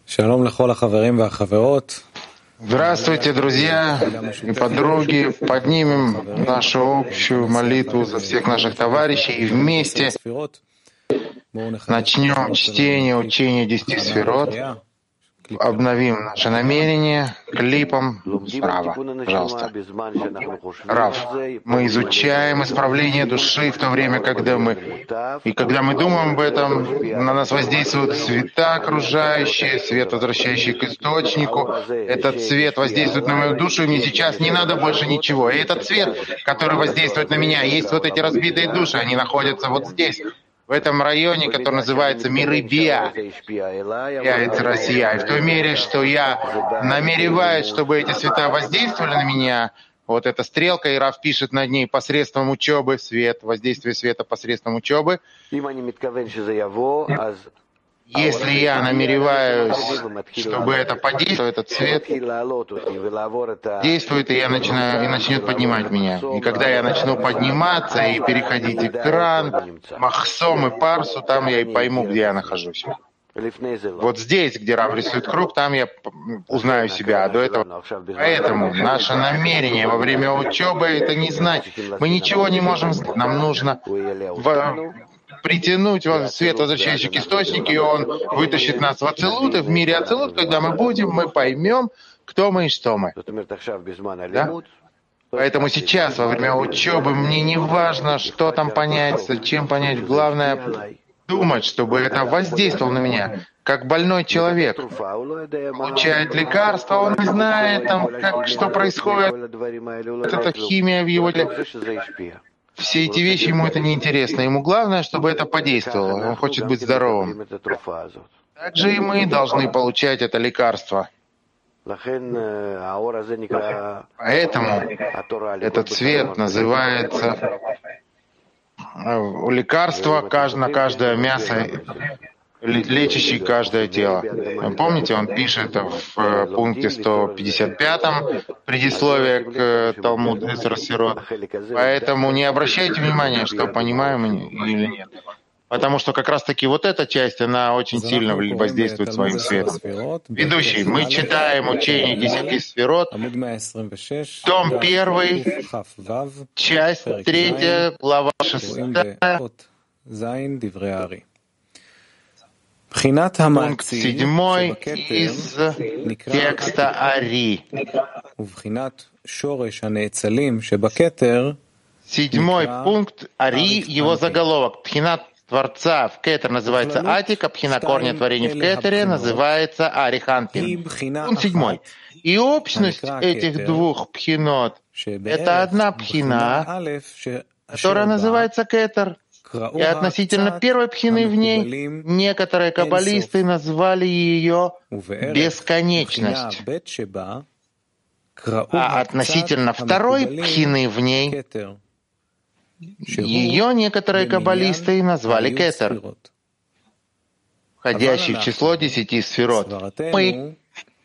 Здравствуйте, друзья и подруги. Поднимем нашу общую молитву за всех наших товарищей и вместе начнем учение 10 сферот. Обновим наше намерение клипом справа. Пожалуйста. Рав, мы изучаем исправление души в то время, когда мы думаем об этом, на нас воздействуют цвета окружающие, свет, возвращающий к источнику. Этот свет воздействует на мою душу, и мне сейчас не надо больше ничего. И этот свет, который воздействует на меня, есть вот эти разбитые души, они находятся вот здесь, в этом районе, который называется Мирыбия, является Россия. И в той мере, что я намереваюсь, чтобы эти света воздействовали на меня, вот эта стрелка, и Рав пишет над ней посредством учебы, свет, воздействие света посредством учебы. Если я намереваюсь, чтобы это подействовало, этот свет действует, и начнет поднимать меня. И когда я начну подниматься и переходить экран, Махсом и Парсу, там я и пойму, где я нахожусь. Вот здесь, где Рав рисует круг, там я узнаю себя, а до этого. Поэтому наше намерение во время учебы — это не знать. Мы ничего не можем знать. Нам нужно притянуть свет, возвращающий к источнику, и он вытащит нас в Ацилут, и в мире Ацилут, когда мы поймем, кто мы и что мы. Да? Поэтому сейчас, во время учебы, мне не важно, что там понять, зачем понять. Главное — думать, чтобы это воздействовало на меня, как больной человек. Получает лекарство, он не знает, что происходит. Это химия в его теле. Все эти вещи ему это неинтересно. Ему главное, чтобы это подействовало. Он хочет быть здоровым. Также и мы должны получать это лекарство. Поэтому этот цвет называется лекарство на каждое мясо, лечащий каждое тело. Помните, он пишет в пункте 155 предисловие к Талмуду Эцер Сферот. Поэтому не обращайте внимания, что понимаем или нет. Потому что как раз-таки вот эта часть, она очень сильно воздействует своим светом. Ведущий, мы читаем учение 10 сферот, том 1, часть 3, глава 6. Пункт 7 из текста Ари. 7 пункт Ари, его заголовок. Пхинат Творца в Кетер называется Атик, а пхина корня творений в Кетере называется Ариханпин. Пункт 7. И общность этих двух пхинот — это одна пхина, которая называется Кетер. И относительно первой пхины в ней некоторые каббалисты назвали ее бесконечность. А относительно второй пхины в ней ее некоторые каббалисты назвали кетер, входящий в число 10 сферот. Мы,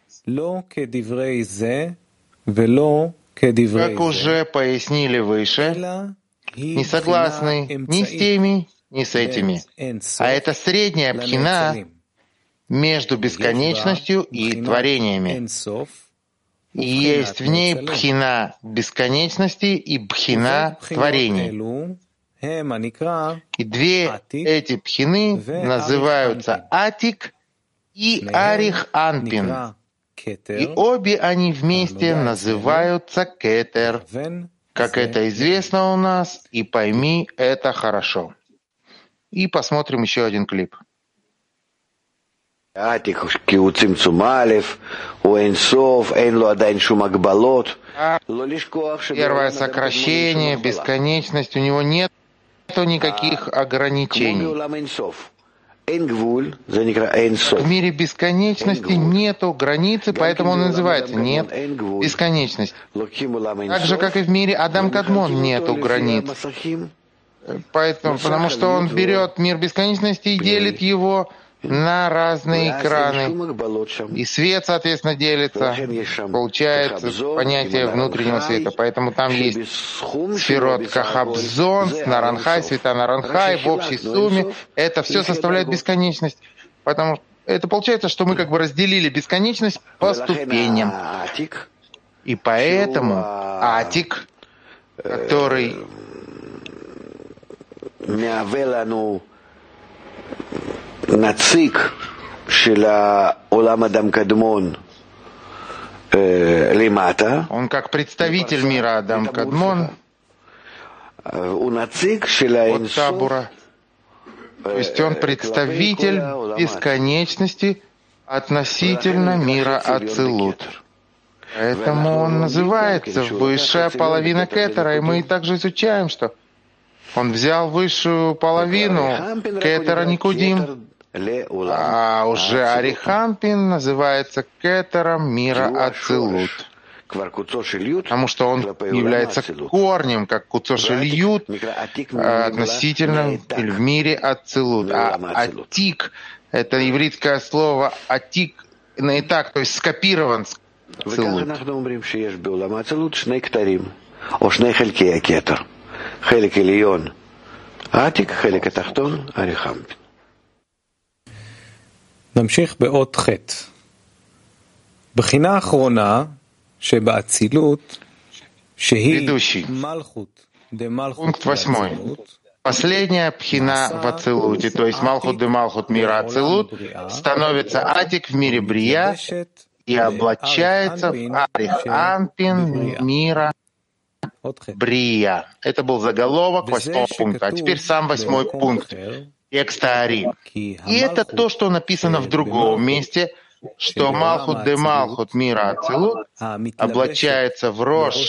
как уже пояснили выше, не согласны ни с теми, ни с этими. А это средняя пхина между бесконечностью и творениями. И есть в ней пхина бесконечности и пхина творений. И две эти пхины называются Атик и Арих Анпин. И обе они вместе называются Кетер. Как это известно у нас, и пойми это хорошо. И посмотрим еще один клип. Первое сокращение, бесконечность, у него нет никаких ограничений. В мире бесконечности нету границы, поэтому он называется нет бесконечность. Так же, как и в мире Адам Кадмон нету границ. Потому что он берет мир бесконечности и делит его на разные экраны. И свет, соответственно, делится. Получается понятие внутреннего света. Поэтому там есть сферот Кахабзон, Наранхай, света Наранхай. В общей сумме это все составляет бесконечность. Потому это получается, что мы как бы разделили бесконечность по ступеням. И поэтому Атик, который он как представитель мира Адам Кадмон от Табура. То есть он представитель бесконечности относительно мира Ацилут. Поэтому он называется высшая половина Кетера. И мы также изучаем, что он взял высшую половину Кетера Никудим, а уже Арихампин называется Кетером мира Ацилут. Потому что он является корнем, как Куцошельют, относительно или в мире Ацилут. А Атик — это еврейское слово Атик, и так, то есть скопирован с Ацилут. נמשיך באות ח' בחינה האחרונה שבאצילות שהיא מלכות Пункт 8. Последняя пхина в Ацилуте, то есть Малхут де Малхут мира Ацилут, становится Атик в мире Брия и облачается в Арихампин мира Брия. Это был заголовок 8 пункта. А теперь сам 8 пункт текста Ари. И это то, что написано в другом месте, что Малхут де Малхут мира Ацилут облачается в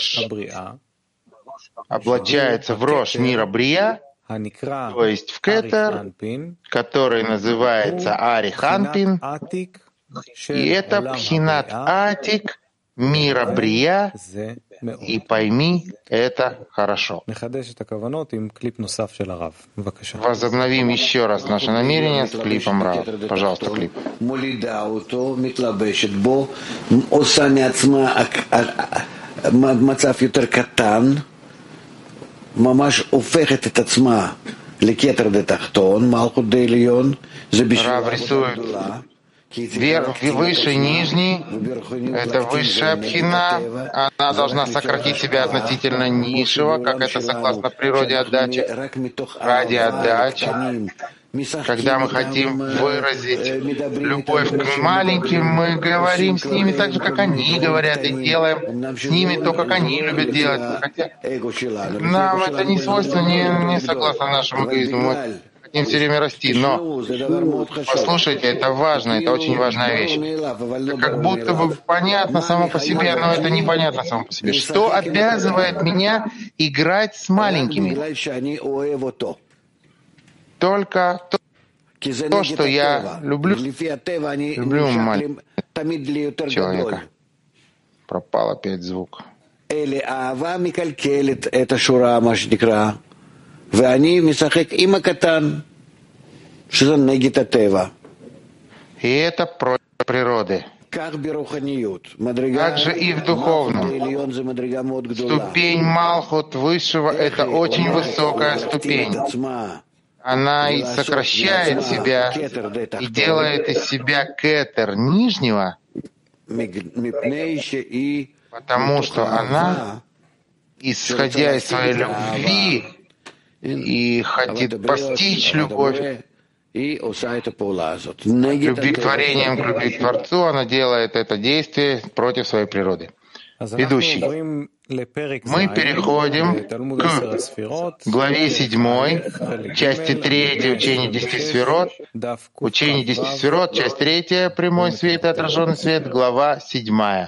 рожь мира Брия, то есть в Кетер, который называется Арихампин, и это Пхинат Атик мира Брия, и пойми это хорошо. Возобновим еще раз наше намерение с клипом Рав. Пожалуйста, клип. ממש הופכת את עצמה לכתר דתחתון, מלכות דעליון, זה בשביל גדולה. Выше нижний — это высшая пхина. Она должна сократить себя относительно низшего, как это согласно природе отдачи. Ради отдачи, когда мы хотим выразить любовь к маленьким, мы говорим с ними так же, как они говорят, и делаем с ними то, как они любят делать. Хотя нам это не свойственно, не согласно нашему эгоизму. Мы хотим все время расти, но послушайте, это важно, это очень важная вещь. Это как будто бы понятно само по себе, но это непонятно само по себе. Что обязывает меня играть с маленькими? Только то, что я люблю маленького человека. Пропал опять звук. И это против природы. Также и в духовном. Ступень Малхут высшего — это очень высокая ступень. Она и сокращает себя, и делает из себя кетер нижнего, потому что она, исходя из своей любви, и хотит постичь любовь, любви к творениям, к любви к Творцу, она делает это действие против своей природы. Ведущий. Мы переходим к главе 7, части 3, учение 10 сферот. Учение 10 сферот, часть 3, прямой свет и отраженный свет, глава 7.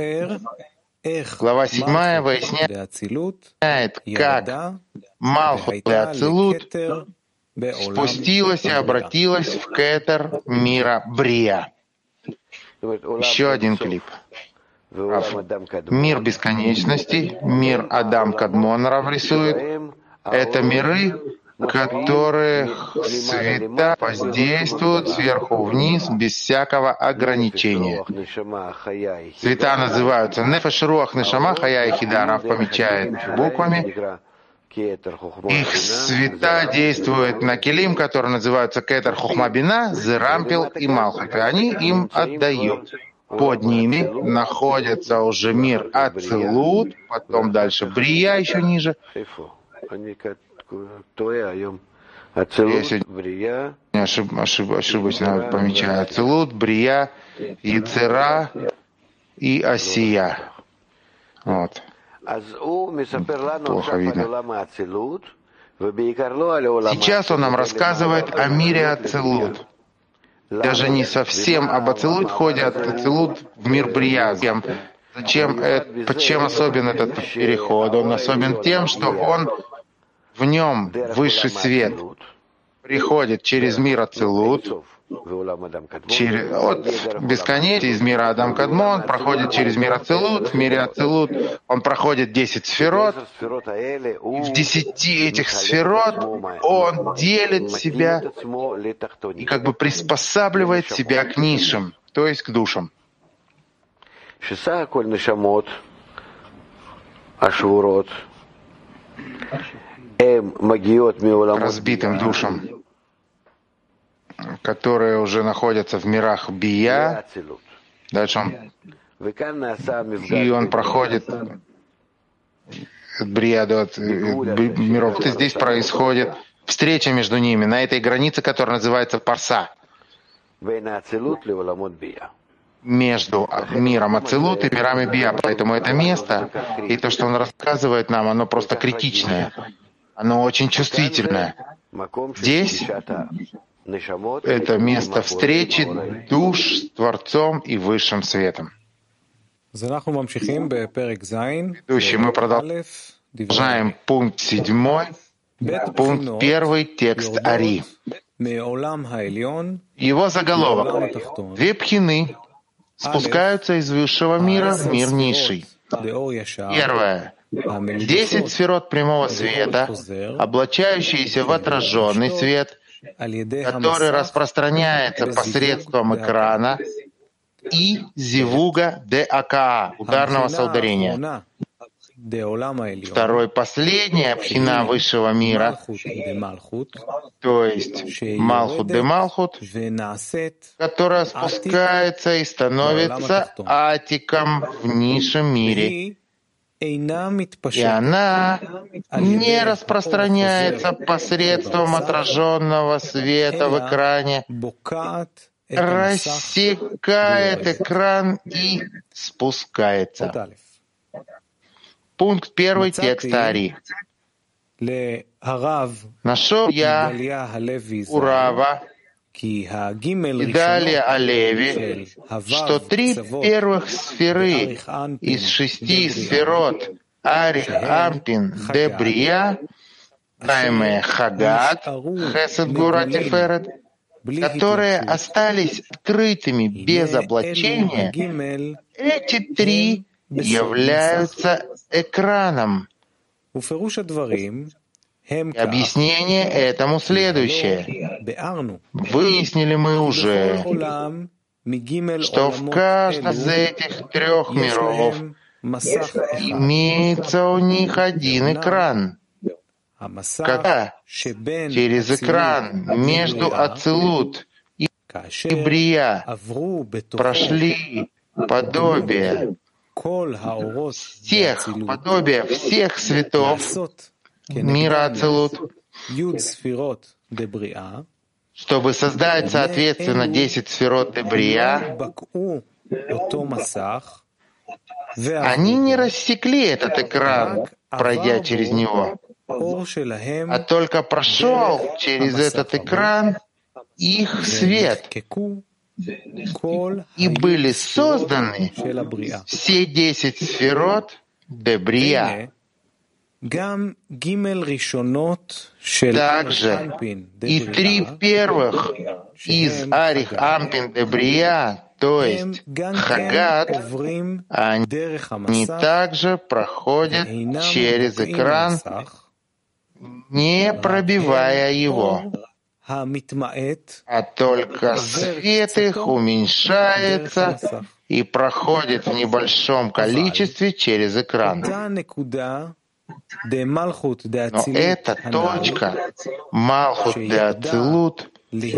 Глава 7 выясняет, как Малхут де Ацилут спустилась и обратилась в кетер мира Брия. Еще один клип. Мир бесконечности, мир Адам Кадмон Рав рисует. Это миры, которых света воздействуют сверху вниз без всякого ограничения. Цвета называются Нефеш Руах Нешама Хая и Хида. Рав помечает буквами. Их света действуют на келим, которые называются кетер хохма бина, зерампил и малхут, и они им отдают. Под ними находится уже мир ацилут, потом дальше брия еще ниже. Я ошибочно помечаю ацилут, брия, яцера и осия. Вот. Плохо видно. Сейчас он нам рассказывает о мире ацилут. Даже не совсем об ацилут ходят, ацилут в мир брия. Чем особен этот переход? Он особен тем, что он в нем высший свет приходит через мир ацилут, от бесконечности из мира Адам Кадмон, проходит через мир Ацилут, в мире Ацилут он проходит 10 сферот, в 10 этих сферот он делит себя и как бы приспосабливает себя к низшим, то есть к душам. Разбитым душам, которые уже находятся в мирах Бия. Дальше он проходит от Брия до миров. И здесь происходит встреча между ними, на этой границе, которая называется Парса. Между миром Ацилут и мирами Бия. Поэтому это место, и то, что он рассказывает нам, оно просто критичное. Оно очень чувствительное. Здесь это место встречи душ с Творцом и Высшим Светом. Ведущий, мы продолжаем пункт 7, пункт 1, текст Ари. Его заголовок. Две пхины спускаются из высшего мира в мир низший. Первое. 10 сферот прямого света, облачающиеся в отраженный свет, который распространяется посредством экрана и зивуга де акаа, ударного соударения. Второй, последняя пхина высшего мира, то есть малхут де малхут, которая спускается и становится атиком в низшем мире. И она не распространяется посредством отраженного света в экране, рассекает экран и спускается. Пункт 1 текста Ари. Нашел я у Рава Идалия Алеви, что 3 первых сферы из 6 сферот Арих Ампин де Брия, Тайме Хагат, Хесед Гура Тиферет, которые остались открытыми без облачения, эти 3 являются экраном. И объяснение этому следующее. Выяснили мы уже, что в каждом из этих 3 миров имеется у них один экран. Когда через экран между Ацилут и Брия прошли подобие всех светов мира Ацилут, чтобы создать, соответственно, 10 сферот де Брия, они не рассекли этот экран, пройдя через него, а только прошел через этот экран их свет. И были созданы все 10 сферот де Брия. Также и 3 первых из Арих Ампин де Брия, то есть Хагат, они также проходят через экран, не пробивая его, а только свет их уменьшается и проходит в небольшом количестве через экран. Но эта точка, Малхут де Ацилут,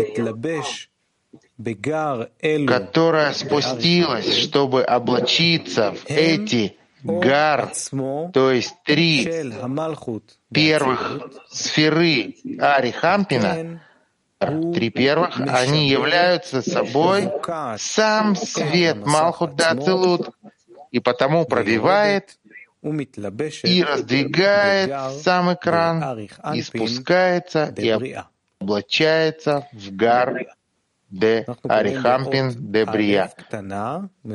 которая спустилась, чтобы облачиться в эти гар, то есть 3 первых сферы Арихампина, 3 первых, они являются собой сам свет Малхут де Ацилут, и потому пробивает и раздвигает сам экран, и спускается, и облачается в гар де Арихампин де Брия. Мы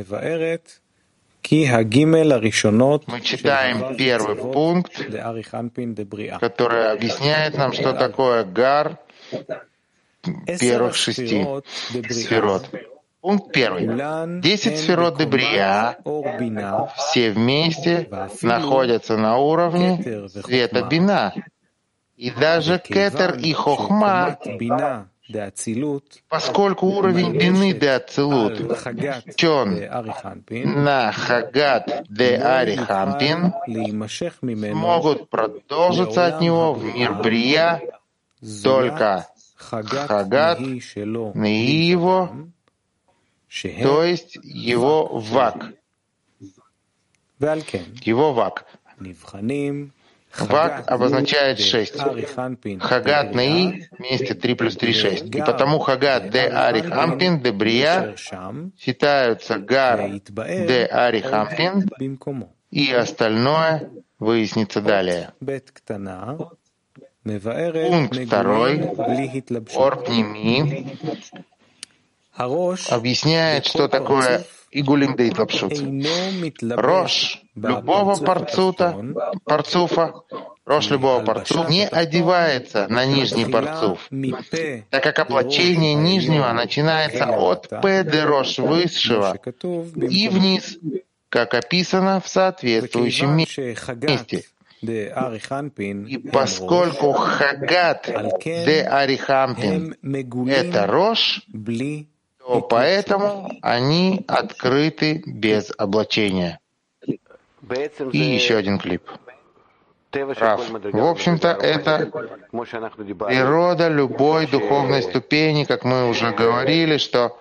читаем первый пункт, который объясняет нам, что такое гар первых 6 сферот. Пункт 1. 10 сферот де Брия все вместе находятся на уровне света Бина. И даже Кетер и Хохма, поскольку уровень Бины де Ацилут включен на Хагат де Арихампин, могут продолжиться от него в мир Брия только Хагат и его, то есть его вак. Его вак. Вак обозначает 6. Хагат Наи вместе 3 плюс 3 — 6. И потому Хагат де Арихампин де Брия считаются гар де Арихампин, и остальное выяснится далее. Пункт 2. Орпними объясняет, что такое Игулим де Итлапшут. Рош любого парцуфа, рош любого парцуфа не одевается на нижний парцуф, так как облачение нижнего начинается от П де рош высшего и вниз, как описано в соответствующем месте. И поскольку Хагат де Арихампин — это рош, то поэтому они открыты без облачения. И еще один клип. Рав. В общем-то, это природа любой духовной ступени, как мы уже говорили, что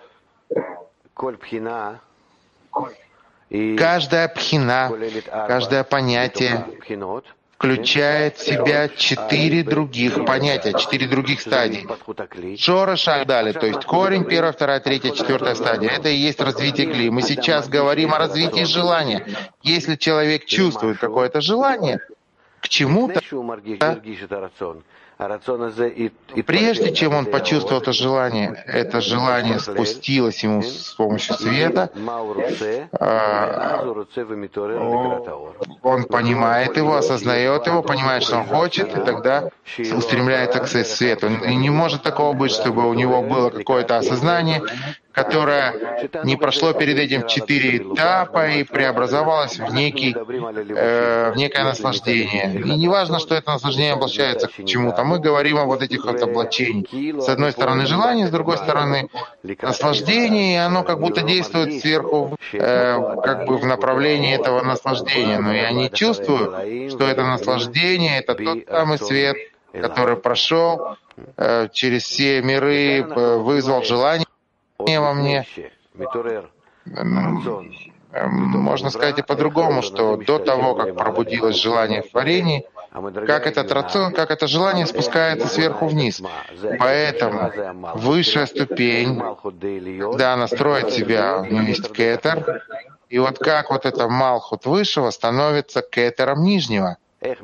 каждая пхина, каждое понятие включает в себя 4 других понятия, 4 других стадии. Шорош Агдали, то есть корень, 1, 2, 3, 4 стадия. Это и есть развитие кли. Мы сейчас говорим о развитии желания. Если человек чувствует какое-то желание к чему-то, прежде чем он почувствовал это желание спустилось ему с помощью света, он понимает его, осознает его, понимает, что он хочет, и тогда устремляется к свету. И не может такого быть, чтобы у него было какое-то осознание, которое не прошло перед этим 4 этапа и преобразовалось в некое наслаждение. И не важно, что это наслаждение облачается к чему-то. Мы говорим о вот этих вот облачениях. С одной стороны желание, с другой стороны наслаждение, и оно как будто действует сверху, как бы в направлении этого наслаждения. Но я не чувствую, что это наслаждение, это тот самый свет, который прошел через все миры, вызвал желание во мне. Можно сказать и по-другому, что до того, как пробудилось желание в творении, как этот рацион, как это желание спускается сверху вниз. Поэтому высшая ступень, когда она строит себя, у нее есть кетер, и вот как вот это малхут высшего становится кетером нижнего.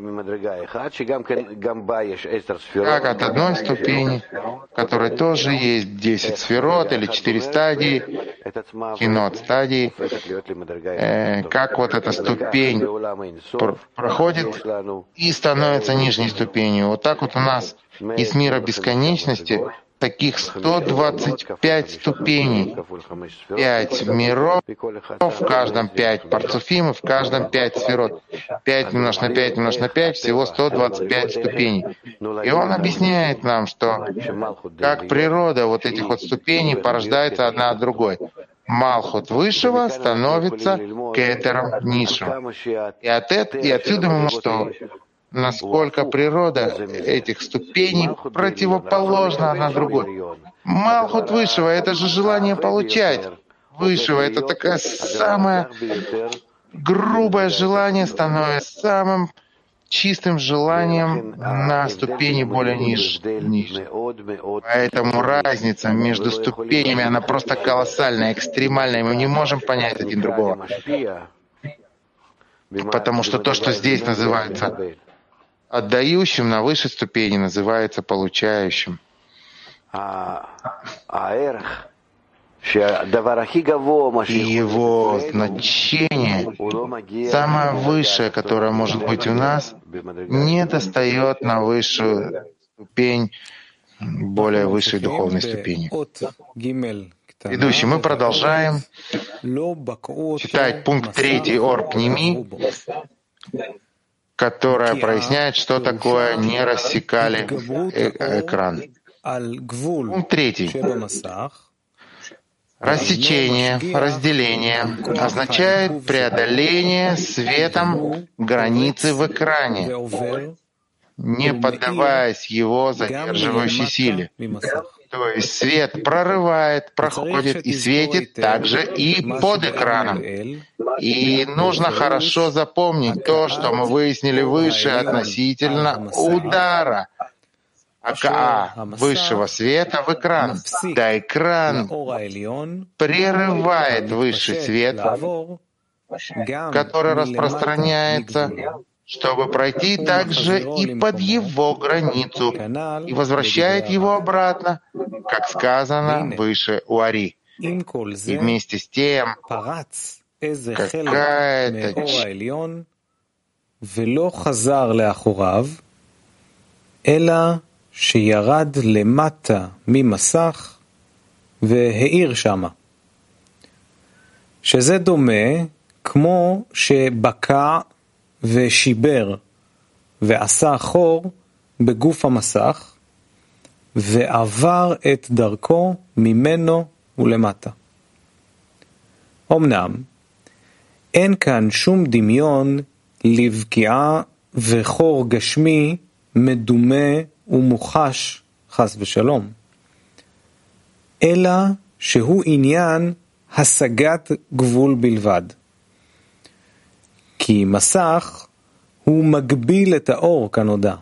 Как от одной ступени, в которой тоже есть 10 сферот или 4 стадии, кинот стадии, как вот эта ступень проходит и становится нижней ступенью. Вот так вот у нас из мира бесконечности таких 125 ступеней, 5 миров, в каждом 5 парцуфим, и в каждом 5 сферот. 5 умножить на 5 умножить на 5, всего 125 ступеней. И он объясняет нам, что как природа вот этих вот ступеней порождается одна от другой. Малхут высшего становится кетером низшего. И отсюда мы можем, что насколько природа этих ступеней противоположна одна другой. Малхут Высшего — это же желание получать. Высшего — это такое самое грубое желание, становится самым чистым желанием на ступени более ниже. Поэтому разница между ступенями, она просто колоссальная, экстремальная, и мы не можем понять один другого. Потому что то, что здесь называется отдающим, на высшей ступени называется получающим. И его значение, самое высшее, которое может быть у нас, не достает на высшую ступень, более высшей духовной ступени. Ведущий, мы продолжаем читать пункт 3 Ор Пними, которая проясняет, что такое «не рассекали экран». Пункт 3. Рассечение, разделение означает преодоление светом границы в экране, не поддаваясь его задерживающей силе. То есть свет прорывает, проходит и светит также и под экраном. И нужно хорошо запомнить то, что мы выяснили выше относительно удара высшего света в экран. Да, экран прерывает высший свет, который распространяется, чтобы пройти также и под его границу, и возвращает его обратно, как сказано выше у Ари. И вместе с тем какая-то שירד למטה ממסך והאיר שמה. שזה דומה כמו שבקע ושיבר ועשה חור בגוף המסך ועבר את דרכו ממנו ולמטה. אמנם, אין כאן שום דמיון לבקיעה וחור גשמי מדומה ומוחש חס ושלום, אלא שהוא עניין השגת גבול בלבד. כי מסך הוא מגביל את האור כנודע.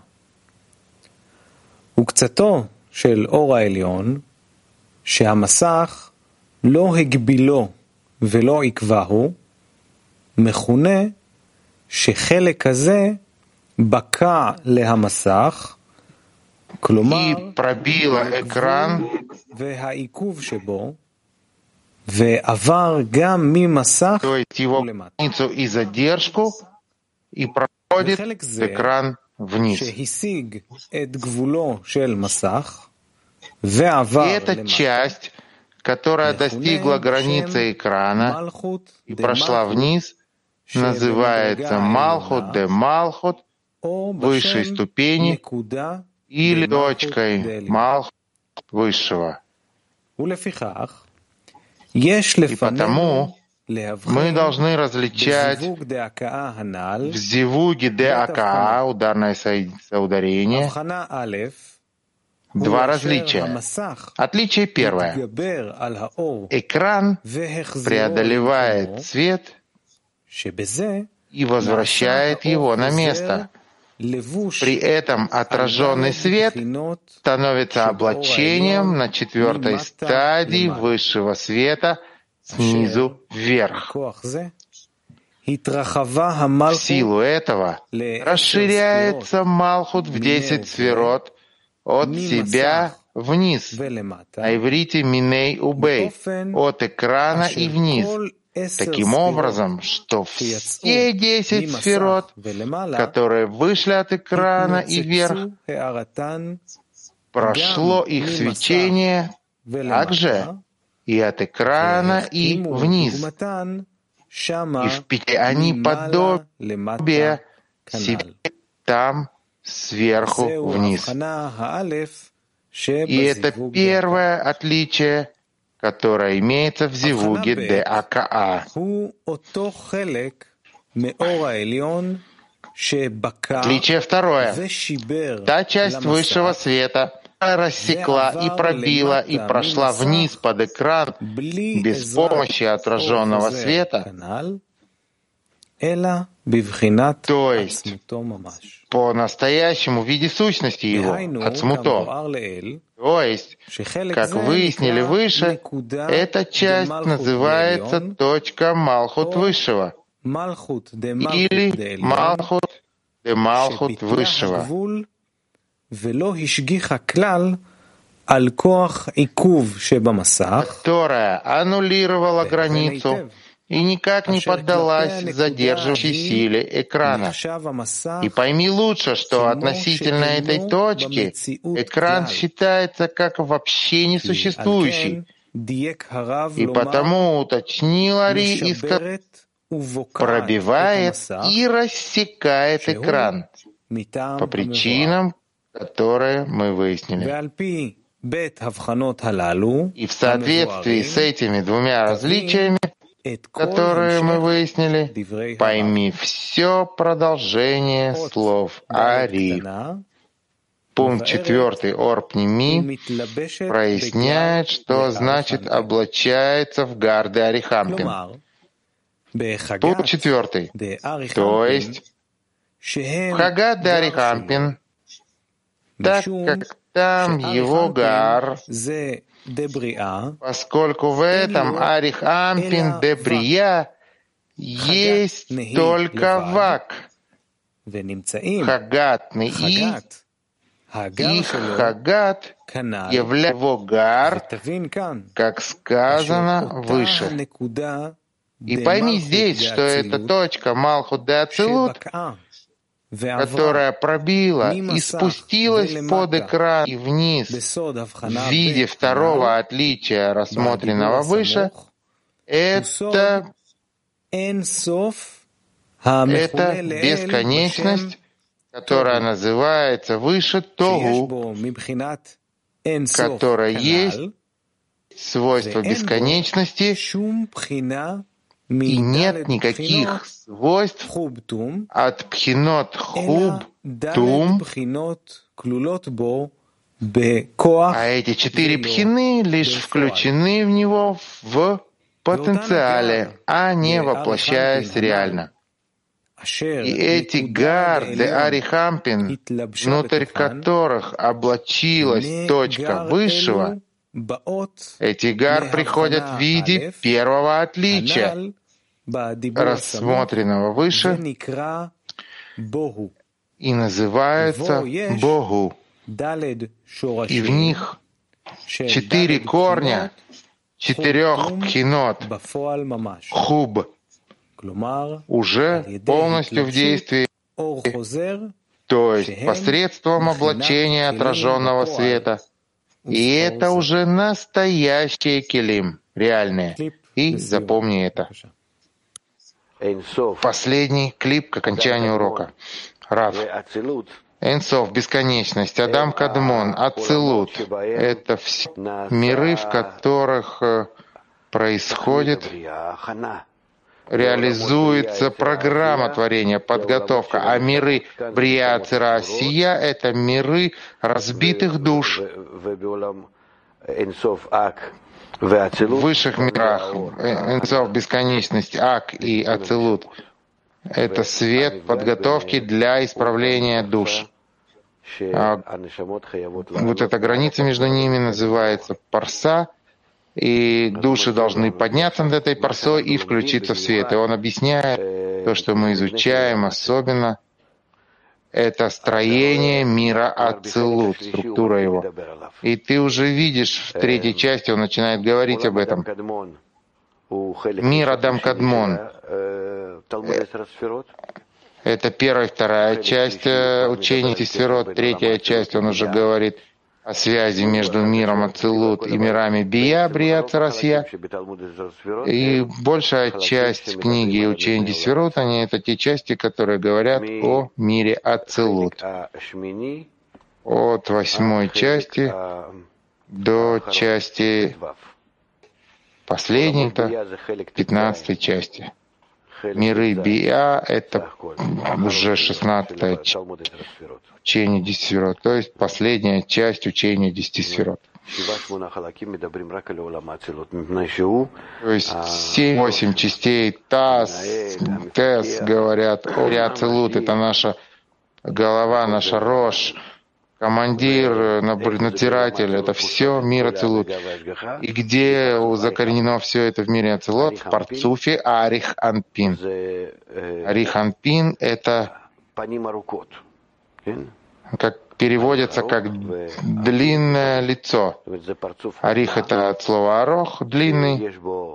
וקצתו של אור העליון, שהמסך לא הגבילו ולא עקבהו, מכונה שחלק הזה בקע להמסך, и пробила экран, то есть его границу и задержку, и проходит экран вниз. И эта часть, которая достигла границы экрана и прошла вниз, называется Малхут де Малхут, высшей ступени, или точкой Малхут высшего. И потому мы должны различать в зивуге де акаа, ударное соударение, два различия. Отличие первое. Экран преодолевает свет и возвращает его на место. При этом отраженный свет становится облачением на 4-й стадии высшего света снизу вверх. В силу этого расширяется Малхут в 10 сферот от себя вниз, на иврите Миней Убей, от экрана и вниз. Таким образом, что все 10 сферот, которые вышли от экрана и вверх, прошло их свечение также и от экрана и вниз. И в пяти они подобие себе там сверху вниз. И это первое отличие, которое имеется в зивуге де акаа. Отличие второе. Та часть высшего света рассекла и пробила и прошла вниз под экран без помощи отраженного света, то есть по-настоящему в виде сущности его, ацмуто. То есть, как выяснили выше, эта часть называется точка Малхут Высшего или Малхут де Малхут Высшего, которая аннулировала границу и никак не поддалась задерживающей силе экрана. И пойми лучше, что относительно этой точки экран считается как вообще несуществующий. И потому, уточнил Ари, пробивает и рассекает экран по причинам, которые мы выяснили. И в соответствии с этими двумя различиями, которые мы выяснили, пойми все продолжение слов Ари. Пункт 4 Орпними проясняет, что значит облачается в гарды Арихампин. Пункт 4. То есть в Хагат де Арихампин, так как там его гар, поскольку в этом Арихампин де Брия есть только вак, хагатный и хагат является его гар, как сказано выше. И пойми здесь, что это точка Малхут де Ацилут, которая пробила и спустилась под экран и вниз в виде второго отличия, рассмотренного выше, это бесконечность, которая называется выше Тогу, которая есть свойство бесконечности, и нет никаких свойств от пхинот хуб, тум, а эти 4 пхины лишь включены в него в потенциале, а не воплощаясь реально. И эти гарды Арихампин, внутрь которых облачилась точка высшего, эти гар приходят в виде первого отличия, рассмотренного выше, и называются Богу. И в них 4 корня 4 пхинот хуб уже полностью в действии, то есть посредством облачения отраженного света. И это уже настоящие келим, реальные. И запомни это. Последний клип к окончанию урока. Рав. Энсов, бесконечность, Адам Кадмон, Ацилут — это все миры, в которых происходит, реализуется программа творения, подготовка, а миры Брия, Цира, Асия — это миры разбитых душ. В высших мирах Энсов, бесконечность, Ак и Ацилут — это свет подготовки для исправления душ. Вот эта граница между ними называется парса, и души должны подняться над этой парсой и включиться в свет. И он объясняет то, что мы изучаем, особенно это строение мира Ацилут, структура его. И ты уже видишь, в третьей части он начинает говорить об этом. Мир Адам Кадмон — это первая и вторая часть учения Сферот. Третья часть, он уже говорит о связи между миром Ацилут и мирами Бия, Брия, Царасия. И большая часть книги учения Сферот, они это те части, которые говорят о мире Ацилут. От 8 части до части последней, 15 части. Миры Биа — это уже 16-я учение 10 сферот, то есть последняя часть учения 10 сферот. То есть 7-8 частей Тес говорят о Ацилут, это наша голова, наша Рош, командир, надзиратель, это все мир Ацилут. И где закоренено все это в мире Ацилут? В Парцуфе Арих Анпин. Арих Анпин — это как переводится как длинное лицо. Арих — это от слова арох, длинный.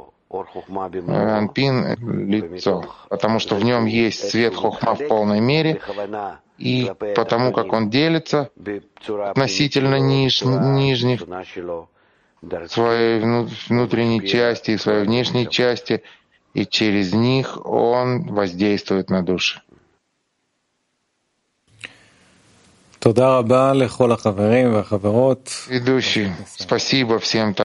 Анпин — лицо, потому что в нем есть свет хохма в полной мере, и потому как он делится относительно нижних, своей внутренней части и своей внешней части, и через них он воздействует на души. Ведущий, спасибо всем.